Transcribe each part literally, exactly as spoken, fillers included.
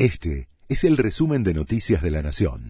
Este es el resumen de Noticias de la Nación.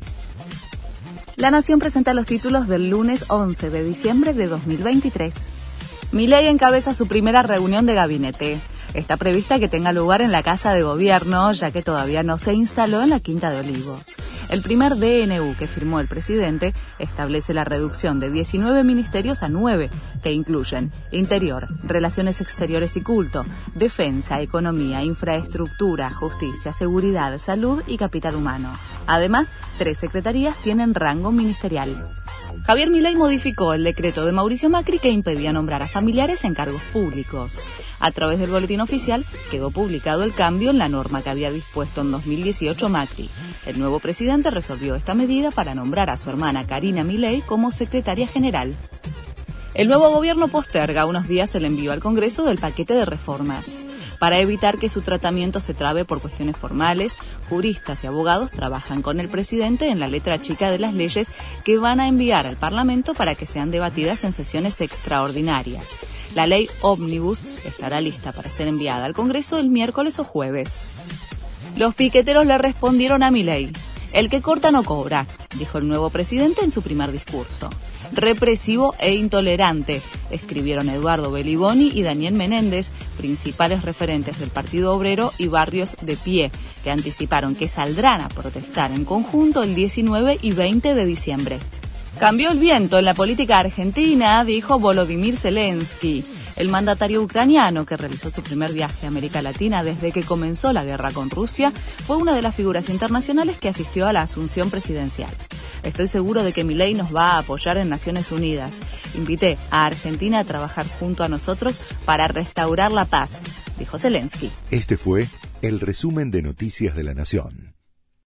La Nación presenta los títulos del lunes once de diciembre de dos mil veintitrés. Milei encabeza su primera reunión de gabinete. Está prevista que tenga lugar en la Casa de Gobierno, ya que todavía no se instaló en la Quinta de Olivos. El primer D N U que firmó el presidente establece la reducción de diecinueve ministerios a nueve, que incluyen Interior, Relaciones Exteriores y Culto, Defensa, Economía, Infraestructura, Justicia, Seguridad, Salud y Capital Humano. Además, tres secretarías tienen rango ministerial. Javier Milei modificó el decreto de Mauricio Macri que impedía nombrar a familiares en cargos públicos. A través del boletín oficial quedó publicado el cambio en la norma que había dispuesto en dos mil dieciocho Macri. El nuevo presidente resolvió esta medida para nombrar a su hermana Karina Milei como secretaria general. El nuevo gobierno posterga unos días el envío al Congreso del paquete de reformas. Para evitar que su tratamiento se trabe por cuestiones formales, juristas y abogados trabajan con el presidente en la letra chica de las leyes que van a enviar al Parlamento para que sean debatidas en sesiones extraordinarias. La ley Ómnibus estará lista para ser enviada al Congreso el miércoles o jueves. Los piqueteros le respondieron a Milei. El que corta no cobra, dijo el nuevo presidente en su primer discurso. Represivo e intolerante, escribieron Eduardo Beliboni y Daniel Menéndez, principales referentes del Partido Obrero y Barrios de Pie, que anticiparon que saldrán a protestar en conjunto el diecinueve y veinte de diciembre. Cambió el viento en la política argentina, dijo Volodymyr Zelensky. El mandatario ucraniano, que realizó su primer viaje a América Latina desde que comenzó la guerra con Rusia, fue una de las figuras internacionales que asistió a la asunción presidencial. Estoy seguro de que Milei nos va a apoyar en Naciones Unidas. Invité a Argentina a trabajar junto a nosotros para restaurar la paz, dijo Zelensky. Este fue el resumen de Noticias de la Nación.